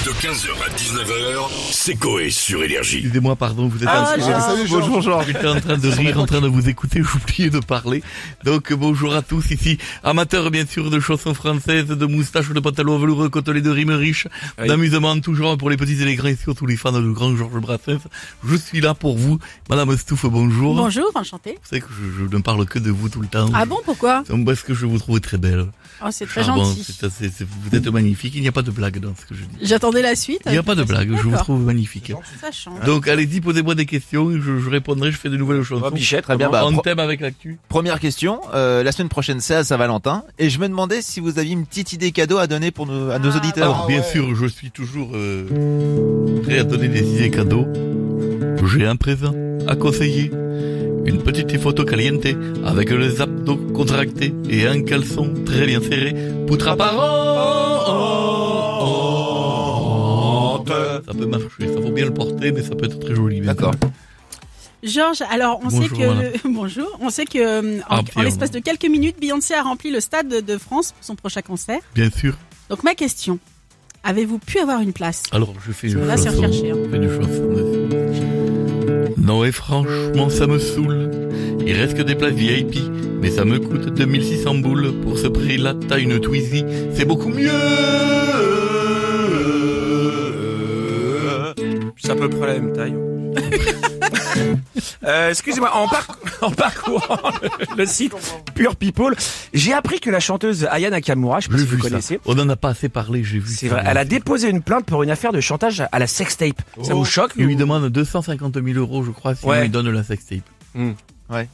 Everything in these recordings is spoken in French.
De 15h à 19h, c'est Coé sur Énergie. Excusez-moi, pardon, vous êtes Salut, bonjour Georges. J'étais en train de rire, en train de vous écouter, j'oubliais de parler. Donc bonjour à tous ici, amateurs bien sûr de chansons françaises, de moustaches, de pantalons velours, côtelets de rimes riches, d'amusement toujours pour les petits et les grands et surtout les fans de grand Georges Brassens. Je suis là pour vous, Madame Stouff, bonjour. Bonjour, enchanté. Vous savez que je ne parle que de vous tout le temps. Ah bon, pourquoi? Parce que je vous trouve très belle. Oh, c'est très Bon, gentil. vous êtes magnifique, il n'y a pas de blague dans ce que je dis. J'attendais la suite. Il n'y a pas de blague, je vous D'accord. trouve magnifique. Ça change. Donc allez-y, posez-moi des questions, je répondrai, je fais de nouvelles chansons. Bichet, très bien. En thème avec l'actu. Première question. La semaine prochaine, c'est à Saint-Valentin. Et je me demandais si vous aviez une petite idée cadeau à donner pour à nos auditeurs. Alors bien sûr, je suis toujours prêt à donner des idées cadeaux. J'ai un présent à conseiller. Une petite photo caliente avec les abdos contractés et un caleçon très bien serré. Poutre apparente. Ça peut marcher, ça faut bien le porter, mais ça peut être très joli. bien D'accord. sûr. Georges, alors on sait Bonjour, que madame. bonjour, on sait que en Pierre, l'espace de quelques minutes, Beyoncé a rempli le stade de France pour son prochain concert. Bien sûr. Donc ma question, avez-vous pu avoir une place? Alors je fais une Là, c'est chanson. recherché, hein. Je fais une chanson. Non et franchement ça me saoule. Il reste que des places VIP, mais ça me coûte 2600 boules. Pour ce prix-là, t'as une Twizy, c'est beaucoup mieux. C'est à peu près la même taille. Excusez-moi, en parcourant le site Pure People, j'ai appris que la chanteuse Aya Nakamura, je sais pas J'ai si vous vu ça. connaissez, On en a pas assez parlé, j'ai vu. c'est ça. vrai, elle a déposé une plainte pour une affaire de chantage à la sextape. Ça vous choque? Il lui demande 250 000 euros, je crois, si on Ouais. lui donne la sextape. Ouais.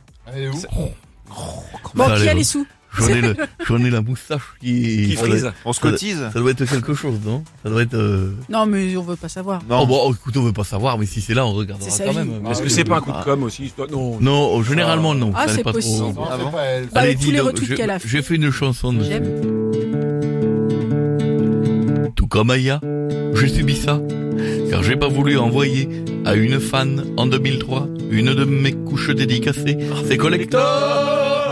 Bon, Ça, qui allez, a les sous? J'en ai la moustache qui frise. On se cotise. Ça doit être quelque chose, non? Ça doit être... Non, mais on veut pas savoir. Non. Oh bon, écoute, on veut pas savoir, mais si c'est là, on regardera C'est sa quand vie. même. Est-ce que c'est pas un coup de com' aussi? Non. Non, généralement non. Ah, ça n'est c'est pas possible. trop... Ah bon Bah, Allez-y, tous les donc, retweets qu'elle a fait. J'ai fait une chanson de... J'aime. Tout comme Aya, j'ai subi ça, car j'ai pas voulu envoyer à une fan en 2003 une de mes couches dédicacées. C'est collector.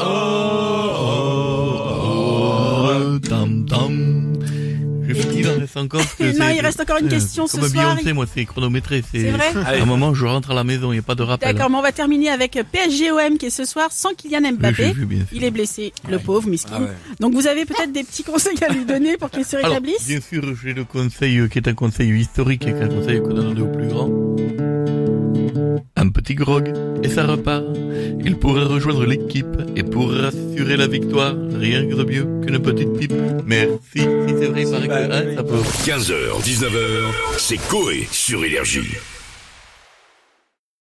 Tam tam. J'ai fini, il en reste encore. parce que Non, c'est- il reste encore une question ce comme soir. Beyoncé, moi, c'est chronométré. C'est vrai? À un moment, je rentre à la maison, il n'y a pas de rappel. D'accord, mais on va terminer avec PSG-OM qui est ce soir sans Kylian Oui, j'ai Mbappé. vu, bien sûr. Il est blessé, le pauvre, miskin. Ah ouais. Donc vous avez peut-être des petits conseils à lui donner pour qu'il se Alors, rétablisse? bien sûr, j'ai le conseil qui est un conseil historique et qu'un conseil qu'on a donné au plus grand. Un petit grog et ça repart. Il pourrait rejoindre l'équipe et pour assurer la victoire, rien de mieux qu'une petite pipe. Merci, si c'est vrai, il paraît que hein, ça peut. 15h, 19h, c'est Coé sur Énergie.